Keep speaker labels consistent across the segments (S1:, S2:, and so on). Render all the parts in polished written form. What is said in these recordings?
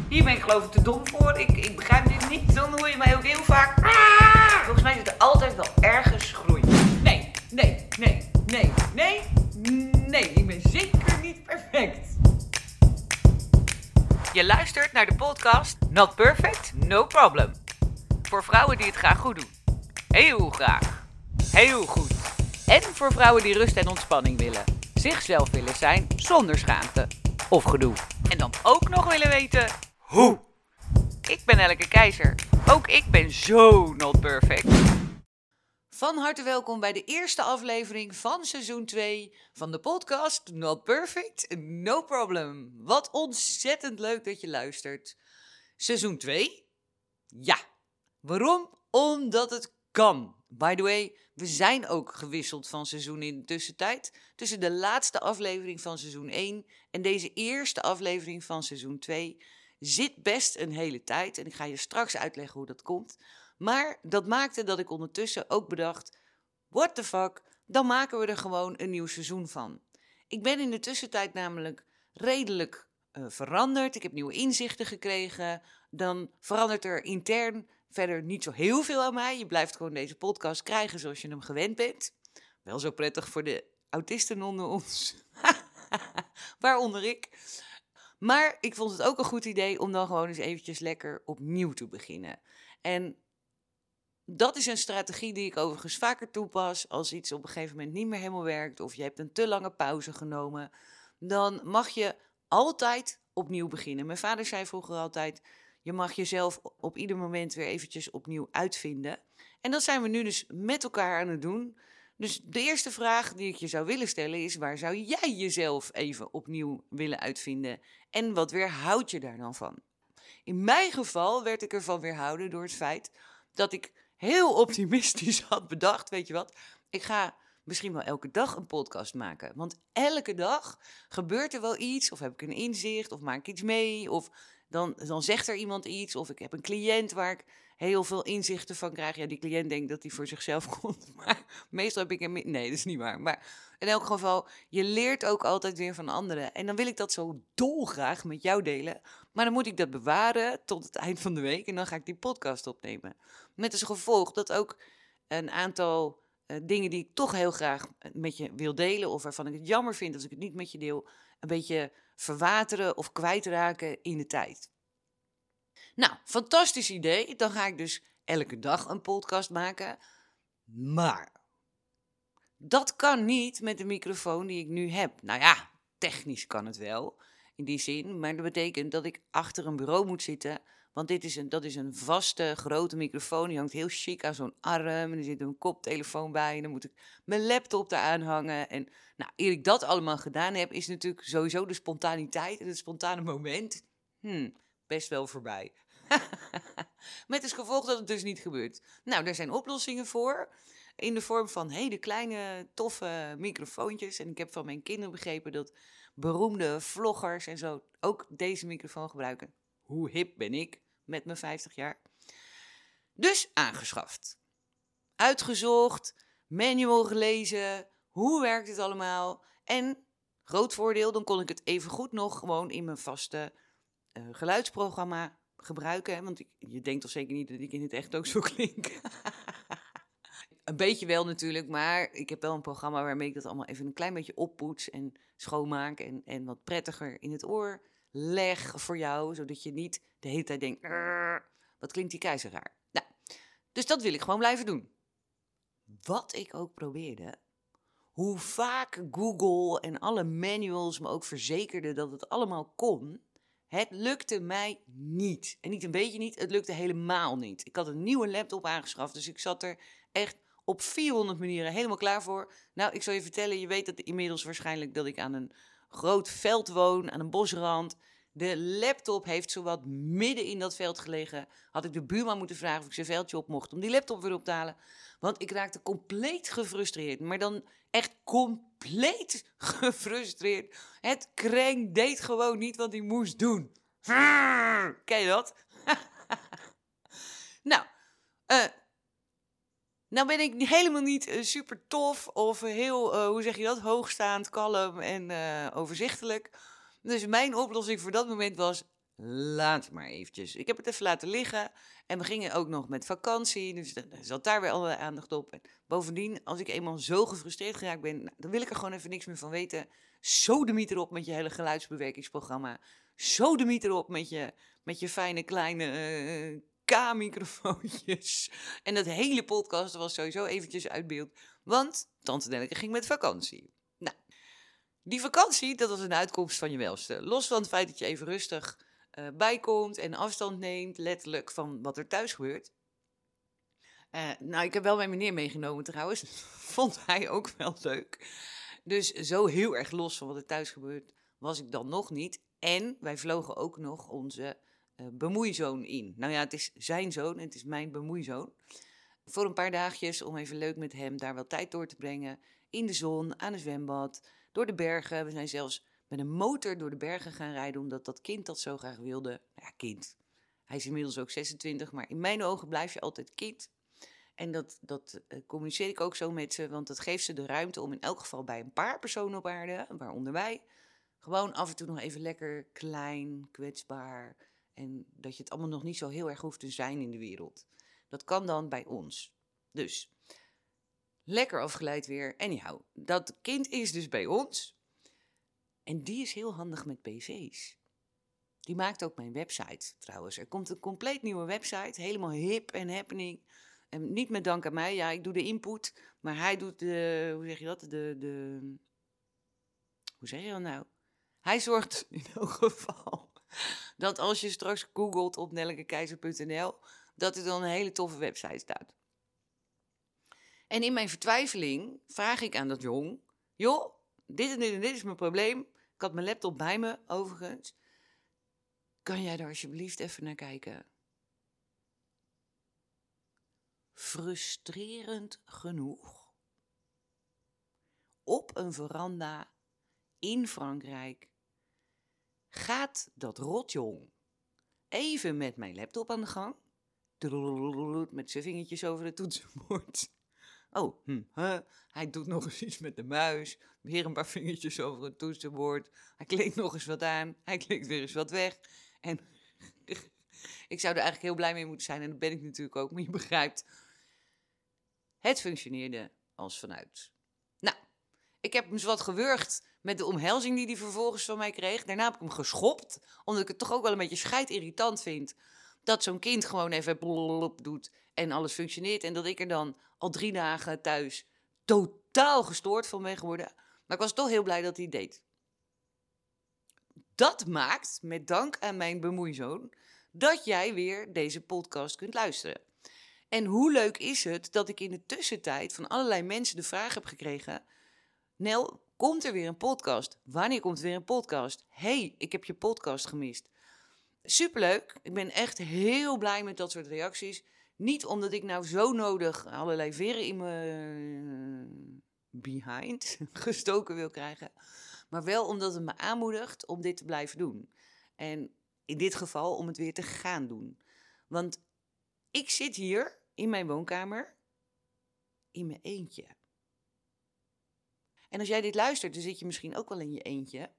S1: Hier ben ik geloof ik te dom voor. Ik begrijp dit niet. Dan hoor je mij ook heel vaak. Volgens mij zit er altijd wel ergens groei. Nee. Ik ben zeker niet perfect. Je luistert naar de podcast Not Perfect, No Problem. Voor vrouwen die het graag goed doen. Heel graag. Heel goed. En voor vrouwen die rust en ontspanning willen. Zichzelf willen zijn zonder schaamte of gedoe. En dan ook nog willen weten hoe. Ik ben Elke Keizer. Ook ik ben zo not perfect. Van harte welkom bij de eerste aflevering van seizoen 2 van de podcast Not Perfect, No Problem. Wat ontzettend leuk dat je luistert. Seizoen 2? Ja. Waarom? Omdat het kan. By the way, we zijn ook gewisseld van seizoen in de tussentijd. Tussen de laatste aflevering van seizoen 1 en deze eerste aflevering van seizoen 2 zit best een hele tijd. En ik ga je straks uitleggen hoe dat komt. Maar dat maakte dat ik ondertussen ook bedacht, what the fuck, dan maken we er gewoon een nieuw seizoen van. Ik ben in de tussentijd namelijk redelijk veranderd. Ik heb nieuwe inzichten gekregen. Dan verandert er intern verder niet zo heel veel aan mij. Je blijft gewoon deze podcast krijgen zoals je hem gewend bent. Wel zo prettig voor de autisten onder ons. Waaronder ik. Maar ik vond het ook een goed idee om dan gewoon eens eventjes lekker opnieuw te beginnen. En dat is een strategie die ik overigens vaker toepas. Als iets op een gegeven moment niet meer helemaal werkt of je hebt een te lange pauze genomen, dan mag je altijd opnieuw beginnen. Mijn vader zei vroeger altijd, je mag jezelf op ieder moment weer eventjes opnieuw uitvinden. En dat zijn we nu dus met elkaar aan het doen. Dus de eerste vraag die ik je zou willen stellen is, waar zou jij jezelf even opnieuw willen uitvinden? En wat weerhoud je daar dan van? In mijn geval werd ik ervan weerhouden door het feit dat ik heel optimistisch had bedacht, weet je wat, ik ga misschien wel elke dag een podcast maken. Want elke dag gebeurt er wel iets, of heb ik een inzicht, of maak ik iets mee, of dan zegt er iemand iets, of ik heb een cliënt waar ik heel veel inzichten van krijg. Ja, die cliënt denkt dat hij voor zichzelf komt, maar meestal heb ik hem... Nee, dat is niet waar. Maar in elk geval, je leert ook altijd weer van anderen. En dan wil ik dat zo dolgraag met jou delen, maar dan moet ik dat bewaren tot het eind van de week en dan ga ik die podcast opnemen. Met als gevolg dat ook een aantal dingen die ik toch heel graag met je wil delen, of waarvan ik het jammer vind als ik het niet met je deel, een beetje verwateren of kwijtraken in de tijd. Nou, fantastisch idee. Dan ga ik dus elke dag een podcast maken. Maar dat kan niet met de microfoon die ik nu heb. Nou ja, technisch kan het wel, in die zin. Maar dat betekent dat ik achter een bureau moet zitten. Want dat is een vaste, grote microfoon. Die hangt heel chic aan zo'n arm. En er zit een koptelefoon bij. En dan moet ik mijn laptop eraan hangen. En nou, eer ik dat allemaal gedaan heb, is natuurlijk sowieso de spontaniteit en het spontane moment best wel voorbij. Met als gevolg dat het dus niet gebeurt. Nou, daar zijn oplossingen voor. In de vorm van hele kleine, toffe microfoontjes. En ik heb van mijn kinderen begrepen dat beroemde vloggers en zo ook deze microfoon gebruiken. Hoe hip ben ik met mijn 50 jaar? Dus aangeschaft. Uitgezocht, manual gelezen. Hoe werkt het allemaal? En, groot voordeel, dan kon ik het evengoed nog gewoon in mijn vaste geluidsprogramma gebruiken. Want je denkt toch zeker niet dat ik in het echt ook zo klink? Een beetje wel natuurlijk, maar ik heb wel een programma waarmee ik dat allemaal even een klein beetje oppoets en schoonmaak en wat prettiger in het oor leg voor jou, zodat je niet de hele tijd denkt, wat klinkt die keizer raar. Nou, dus dat wil ik gewoon blijven doen. Wat ik ook probeerde, hoe vaak Google en alle manuals me ook verzekerden dat het allemaal kon, het lukte mij niet. En niet een beetje niet, het lukte helemaal niet. Ik had een nieuwe laptop aangeschaft, dus ik zat er echt op 400 manieren helemaal klaar voor. Nou, ik zal je vertellen, je weet dat inmiddels waarschijnlijk dat ik aan een groot veld woon, aan een bosrand. De laptop heeft zowat midden in dat veld gelegen. Had ik de buurman moeten vragen of ik zijn veldje op mocht om die laptop weer op te halen. Want ik raakte compleet gefrustreerd. Maar dan echt compleet gefrustreerd. Het kreng deed gewoon niet wat hij moest doen. Ken je dat? Nou ben ik helemaal niet super tof of heel, hoe zeg je dat, hoogstaand, kalm en overzichtelijk. Dus mijn oplossing voor dat moment was,
S2: laat maar eventjes. Ik heb het even laten liggen en we gingen ook nog met vakantie, dus dan zat daar weer alle aandacht op. En bovendien, als ik eenmaal zo gefrustreerd geraakt ben, nou, dan wil ik er gewoon even niks meer van weten. Sodemiet erop met je hele geluidsbewerkingsprogramma. Sodemiet erop met je fijne kleine K-microfoontjes. En dat hele podcast was sowieso eventjes uit beeld, want Tante Nelleke ging met vakantie. Nou, die vakantie, dat was een uitkomst van je welste. Los van het feit dat je even rustig bijkomt en afstand neemt, letterlijk, van wat er thuis gebeurt. Nou, ik heb wel mijn meneer meegenomen trouwens. Vond hij ook wel leuk. Dus zo heel erg los van wat er thuis gebeurt, was ik dan nog niet. En wij vlogen ook nog onze bemoeizoon in. Nou ja, het is zijn zoon en het is mijn bemoeizoon. Voor een paar dagjes om even leuk met hem daar wel tijd door te brengen. In de zon, aan een zwembad, door de bergen. We zijn zelfs met een motor door de bergen gaan rijden, omdat dat kind dat zo graag wilde. Nou ja, kind. Hij is inmiddels ook 26, maar in mijn ogen blijf je altijd kind. En dat communiceer ik ook zo met ze, want dat geeft ze de ruimte om in elk geval bij een paar personen op aarde, waaronder wij, gewoon af en toe nog even lekker klein, kwetsbaar. En dat je het allemaal nog niet zo heel erg hoeft te zijn in de wereld. Dat kan dan bij ons. Dus, lekker afgeleid weer. Anyhow, dat kind is dus bij ons. En die is heel handig met pc's. Die maakt ook mijn website trouwens. Er komt een compleet nieuwe website, helemaal hip en happening. En niet met dank aan mij, ja, ik doe de input, maar hij doet de, hoe zeg je dat, hoe zeg je dat nou? Hij zorgt in elk geval dat als je straks googelt op nellekekeizer.nl, dat er dan een hele toffe website staat. En in mijn vertwijfeling vraag ik aan dat jong, joh, dit en dit en dit is mijn probleem. Ik had mijn laptop bij me, overigens. Kan jij daar alsjeblieft even naar kijken? Frustrerend genoeg. Op een veranda in Frankrijk gaat dat rotjong even met mijn laptop aan de gang. Met zijn vingertjes over het toetsenbord. Oh, hij doet nog eens iets met de muis. Weer een paar vingertjes over het toetsenbord. Hij klikt nog eens wat aan. Hij klikt weer eens wat weg. En ik zou er eigenlijk heel blij mee moeten zijn. En dat ben ik natuurlijk ook, maar je begrijpt. Het functioneerde als vanuit. Nou, ik heb hem zowat gewurgd met de omhelzing die hij vervolgens van mij kreeg. Daarna heb ik hem geschopt, omdat ik het toch ook wel een beetje scheidirritant vind dat zo'n kind gewoon even blop doet en alles functioneert. En dat ik er dan al 3 dagen thuis totaal gestoord van ben geworden. Maar ik was toch heel blij dat hij het deed. Dat maakt, met dank aan mijn bemoeizoon, dat jij weer deze podcast kunt luisteren. En hoe leuk is het dat ik in de tussentijd van allerlei mensen de vraag heb gekregen: Nel, komt er weer een podcast? Wanneer komt er weer een podcast? Hey, ik heb je podcast gemist. Superleuk. Ik ben echt heel blij met dat soort reacties. Niet omdat ik nou zo nodig allerlei veren in mijn behind gestoken wil krijgen, maar wel omdat het me aanmoedigt om dit te blijven doen. En in dit geval om het weer te gaan doen. Want ik zit hier in mijn woonkamer in mijn eentje. En als jij dit luistert, dan zit je misschien ook wel in je eentje.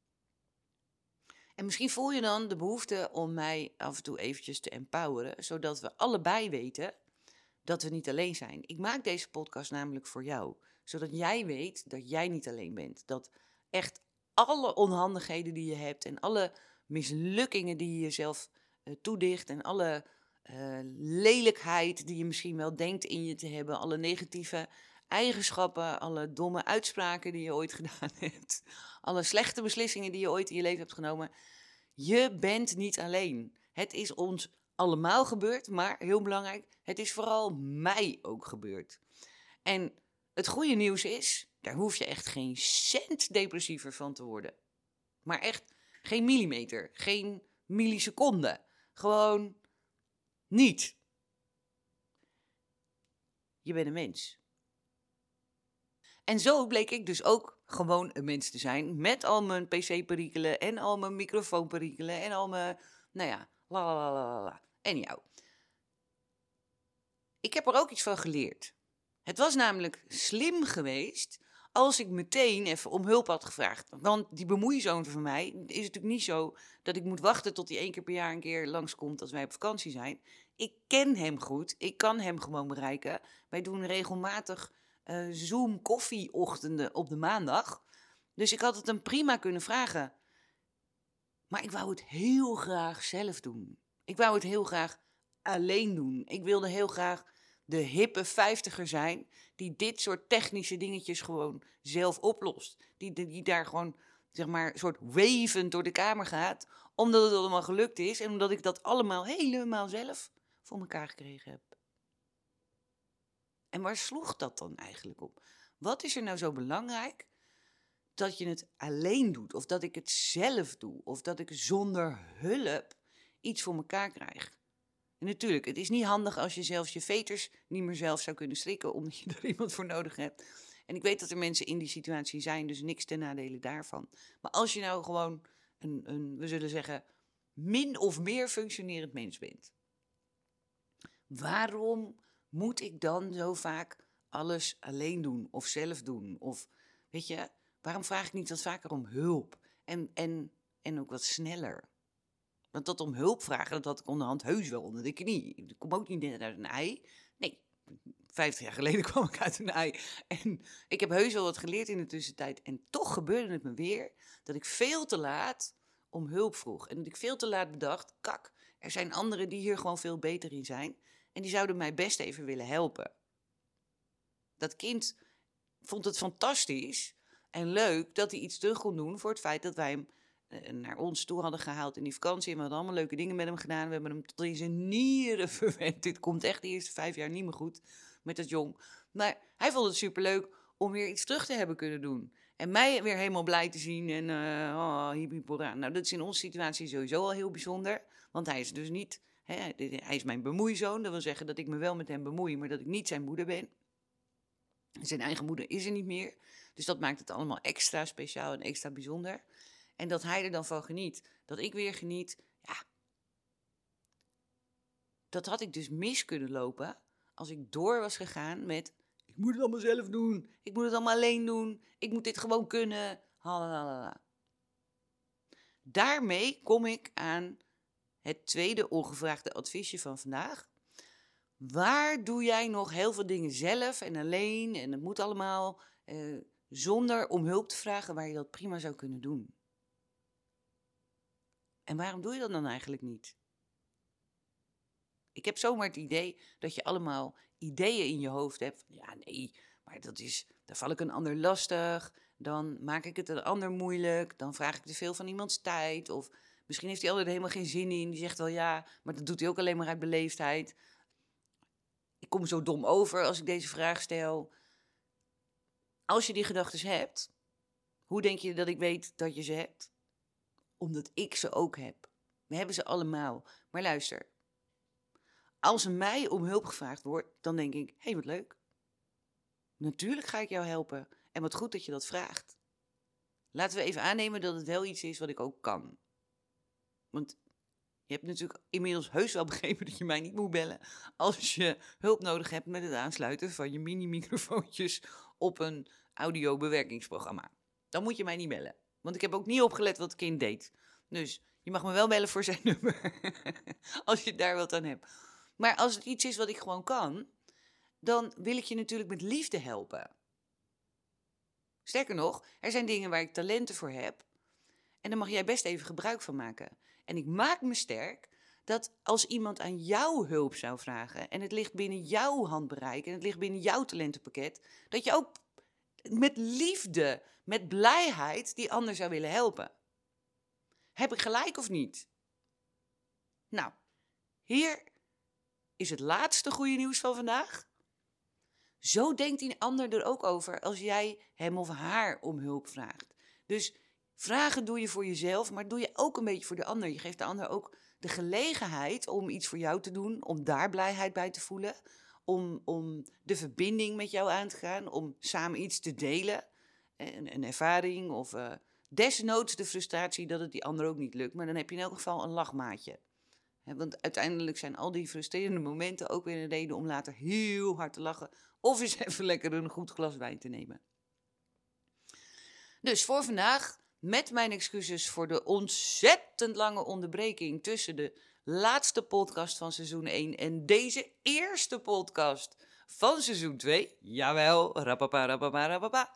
S2: En misschien voel je dan de behoefte om mij af en toe eventjes te empoweren, zodat we allebei weten dat we niet alleen zijn. Ik maak deze podcast namelijk voor jou, zodat jij weet dat jij niet alleen bent. Dat echt alle onhandigheden die je hebt en alle mislukkingen die je jezelf toedicht en alle lelijkheid die je misschien wel denkt in je te hebben, alle negatieve eigenschappen, alle domme uitspraken die je ooit gedaan hebt, alle slechte beslissingen die je ooit in je leven hebt genomen. Je bent niet alleen. Het is ons allemaal gebeurd, maar heel belangrijk, het is vooral mij ook gebeurd. En het goede nieuws is, daar hoef je echt geen cent depressiever van te worden. Maar echt geen millimeter, geen milliseconde. Gewoon niet. Je bent een mens. En zo bleek ik dus ook gewoon een mens te zijn, met al mijn pc-perikelen en al mijn microfoonperikelen en al mijn, nou ja, la. Anyhow. Ik heb er ook iets van geleerd. Het was namelijk slim geweest als ik meteen even om hulp had gevraagd. Want die bemoeizoon van mij is natuurlijk niet zo dat ik moet wachten tot hij 1 keer per jaar een keer langskomt als wij op vakantie zijn. Ik ken hem goed. Ik kan hem gewoon bereiken. Wij doen regelmatig Zoom koffieochtenden op de maandag. Dus ik had het hem prima kunnen vragen. Maar ik wou het heel graag zelf doen. Ik wou het heel graag alleen doen. Ik wilde heel graag de hippe 50er zijn die dit soort technische dingetjes gewoon zelf oplost. Die daar gewoon, zeg maar, soort wavend door de kamer gaat, omdat het allemaal gelukt is en omdat ik dat allemaal helemaal zelf voor elkaar gekregen heb. En waar sloeg dat dan eigenlijk op? Wat is er nou zo belangrijk dat je het alleen doet, of dat ik het zelf doe, of dat ik zonder hulp iets voor elkaar krijg? En natuurlijk, het is niet handig als je zelfs je veters niet meer zelf zou kunnen strikken, omdat je er iemand voor nodig hebt. En ik weet dat er mensen in die situatie zijn, dus niks ten nadele daarvan. Maar als je nou gewoon we zullen zeggen, min of meer functionerend mens bent, waarom moet ik dan zo vaak alles alleen doen of zelf doen? Of, weet je, waarom vraag ik niet wat vaker om hulp? En ook wat sneller? Want dat om hulp vragen, dat had ik onderhand heus wel onder de knie. Ik kom ook niet net uit een ei. Nee, 50 jaar geleden kwam ik uit een ei. En ik heb heus wel wat geleerd in de tussentijd. En toch gebeurde het me weer dat ik veel te laat om hulp vroeg. En dat ik veel te laat bedacht, kak, er zijn anderen die hier gewoon veel beter in zijn. En die zouden mij best even willen helpen. Dat kind vond het fantastisch en leuk dat hij iets terug kon doen voor het feit dat wij hem naar ons toe hadden gehaald in die vakantie. En we hadden allemaal leuke dingen met hem gedaan. We hebben hem tot in zijn nieren verwend. Dit komt echt de eerste 5 jaar niet meer goed met dat jong. Maar hij vond het superleuk om weer iets terug te hebben kunnen doen. En mij weer helemaal blij te zien. En hippie. Nou, dat is in onze situatie sowieso al heel bijzonder. Want hij is dus niet, hij is mijn bemoeizoon. Dat wil zeggen dat ik me wel met hem bemoei, maar dat ik niet zijn moeder ben. Zijn eigen moeder is er niet meer. Dus dat maakt het allemaal extra speciaal en extra bijzonder. En dat hij er dan van geniet, dat ik weer geniet, ja, dat had ik dus mis kunnen lopen als ik door was gegaan met, ik moet het allemaal zelf doen, ik moet het allemaal alleen doen, ik moet dit gewoon kunnen, halalala. Daarmee kom ik aan het tweede ongevraagde adviesje van vandaag. Waar doe jij nog heel veel dingen zelf en alleen en het moet allemaal zonder om hulp te vragen waar je dat prima zou kunnen doen? En waarom doe je dat dan eigenlijk niet? Ik heb zomaar het idee dat je allemaal ideeën in je hoofd hebt. Ja, nee, maar daar val ik een ander lastig. Dan maak ik het een ander moeilijk. Dan vraag ik te veel van iemands tijd. Of misschien heeft die ander er helemaal geen zin in. Die zegt wel ja, maar dat doet hij ook alleen maar uit beleefdheid. Ik kom zo dom over als ik deze vraag stel. Als je die gedachten hebt, hoe denk je dat ik weet dat je ze hebt? Omdat ik ze ook heb. We hebben ze allemaal. Maar luister. Als er mij om hulp gevraagd wordt, dan denk ik, hé, wat leuk. Natuurlijk ga ik jou helpen. En wat goed dat je dat vraagt. Laten we even aannemen dat het wel iets is wat ik ook kan. Want je hebt natuurlijk inmiddels heus wel begrepen dat je mij niet moet bellen als je hulp nodig hebt met het aansluiten van je mini-microfoontjes op een audiobewerkingsprogramma. Dan moet je mij niet bellen. Want ik heb ook niet opgelet wat het kind deed. Dus je mag me wel bellen voor zijn nummer. Als je daar wat aan hebt. Maar als het iets is wat ik gewoon kan, dan wil ik je natuurlijk met liefde helpen. Sterker nog, er zijn dingen waar ik talenten voor heb. En daar mag jij best even gebruik van maken. En ik maak me sterk dat als iemand aan jou hulp zou vragen en het ligt binnen jouw handbereik en het ligt binnen jouw talentenpakket, dat je ook met liefde, met blijheid die ander zou willen helpen. Heb ik gelijk of niet? Nou, hier is het laatste goede nieuws van vandaag. Zo denkt die ander er ook over als jij hem of haar om hulp vraagt. Dus vragen doe je voor jezelf, maar doe je ook een beetje voor de ander. Je geeft de ander ook de gelegenheid om iets voor jou te doen, om daar blijheid bij te voelen, om de verbinding met jou aan te gaan, om samen iets te delen, een ervaring of desnoods de frustratie dat het die ander ook niet lukt. Maar dan heb je in elk geval een lachmaatje. Want uiteindelijk zijn al die frustrerende momenten ook weer een reden om later heel hard te lachen of eens even lekker een goed glas wijn te nemen. Dus voor vandaag, met mijn excuses voor de ontzettend lange onderbreking tussen de laatste podcast van seizoen 1 en deze eerste podcast van seizoen 2. Jawel, rapapa, rapapa, rapapa.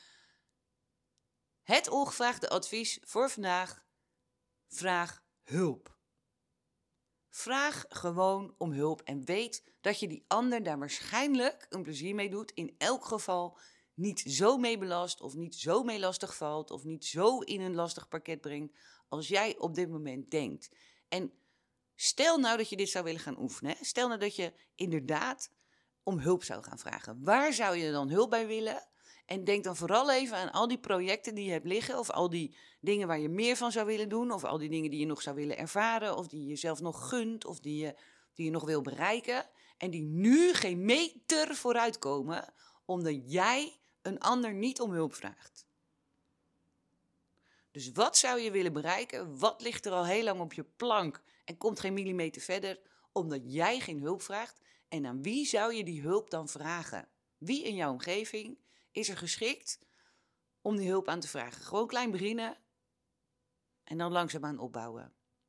S2: Het ongevraagde advies voor vandaag: vraag hulp. Vraag gewoon om hulp en weet dat je die ander daar waarschijnlijk een plezier mee doet. In elk geval niet zo mee belast of niet zo mee lastig valt of niet zo in een lastig pakket brengt als jij op dit moment denkt. En stel nou dat je dit zou willen gaan oefenen. Hè? Stel nou dat je inderdaad om hulp zou gaan vragen. Waar zou je dan hulp bij willen? En denk dan vooral even aan al die projecten die je hebt liggen, of al die dingen waar je meer van zou willen doen, of al die dingen die je nog zou willen ervaren, of die je jezelf nog gunt, of die je nog wil bereiken, en die nu geen meter vooruit komen, omdat jij een ander niet om hulp vraagt. Dus wat zou je willen bereiken? Wat ligt er al heel lang op je plank en komt geen millimeter verder, omdat jij geen hulp vraagt? En aan wie zou je die hulp dan vragen? Wie in jouw omgeving is er geschikt om die hulp aan te vragen? Gewoon klein beginnen en dan langzaamaan opbouwen.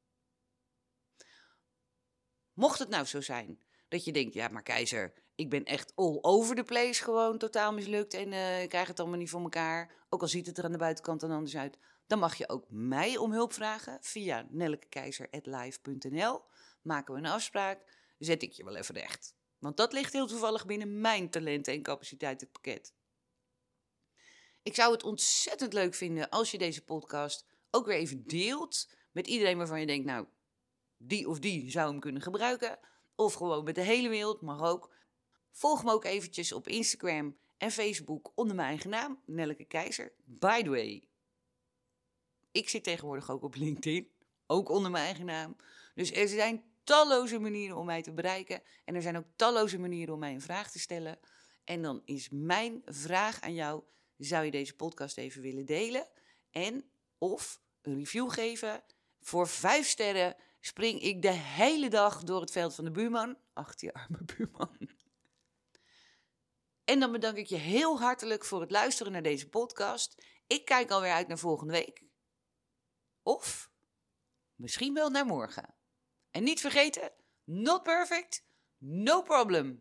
S2: Mocht het nou zo zijn dat je denkt, ja maar Keizer, ik ben echt all over the place gewoon totaal mislukt en ik krijg het allemaal niet voor elkaar, ook al ziet het er aan de buitenkant dan anders uit, dan mag je ook mij om hulp vragen via nellekekeizer@live.nl. Maken we een afspraak, zet ik je wel even recht. Want dat ligt heel toevallig binnen mijn talenten en capaciteitenpakket. Ik zou het ontzettend leuk vinden als je deze podcast ook weer even deelt met iedereen waarvan je denkt, nou, die of die zou hem kunnen gebruiken. Of gewoon met de hele wereld, mag ook. Volg me ook eventjes op Instagram en Facebook onder mijn eigen naam, Nelleke Keizer. By the way, ik zit tegenwoordig ook op LinkedIn, ook onder mijn eigen naam. Dus er zijn talloze manieren om mij te bereiken. En er zijn ook talloze manieren om mij een vraag te stellen. En dan is mijn vraag aan jou: zou je deze podcast even willen delen? En of een review geven? Voor 5 sterren spring ik de hele dag door het veld van de buurman. Ach, die arme buurman. En dan bedank ik je heel hartelijk voor het luisteren naar deze podcast. Ik kijk alweer uit naar volgende week. Of misschien wel naar morgen. En niet vergeten, not perfect, no problem.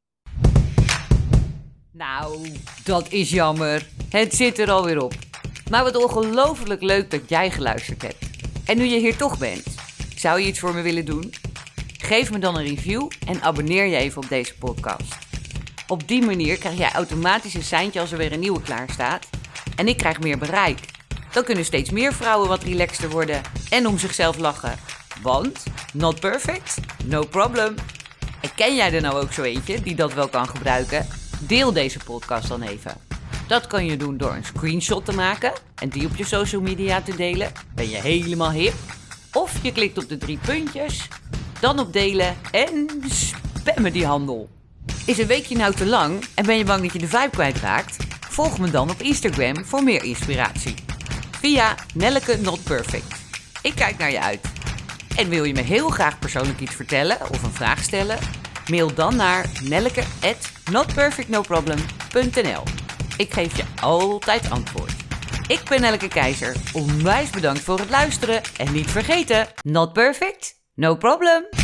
S1: Nou, dat is jammer. Het zit er alweer op. Maar wat ongelooflijk leuk dat jij geluisterd hebt. En nu je hier toch bent, zou je iets voor me willen doen? Geef me dan een review en abonneer je even op deze podcast. Op die manier krijg jij automatisch een seintje als er weer een nieuwe klaar staat. En ik krijg meer bereik. Dan kunnen steeds meer vrouwen wat relaxter worden en om zichzelf lachen. Want, not perfect, no problem. En ken jij er nou ook zo eentje die dat wel kan gebruiken? Deel deze podcast dan even. Dat kan je doen door een screenshot te maken en die op je social media te delen. Ben je helemaal hip? Of je klikt op de 3 puntjes, dan op delen en spammen die handel. Is een weekje nou te lang en ben je bang dat je de vibe kwijtraakt? Volg me dan op Instagram voor meer inspiratie. Via Nelleke Not Perfect. Ik kijk naar je uit. En wil je me heel graag persoonlijk iets vertellen of een vraag stellen? Mail dan naar nelleke@notperfectnoproblem.nl. Ik geef je altijd antwoord. Ik ben Nelleke Keizer. Onwijs bedankt voor het luisteren. En niet vergeten, not perfect, no problem.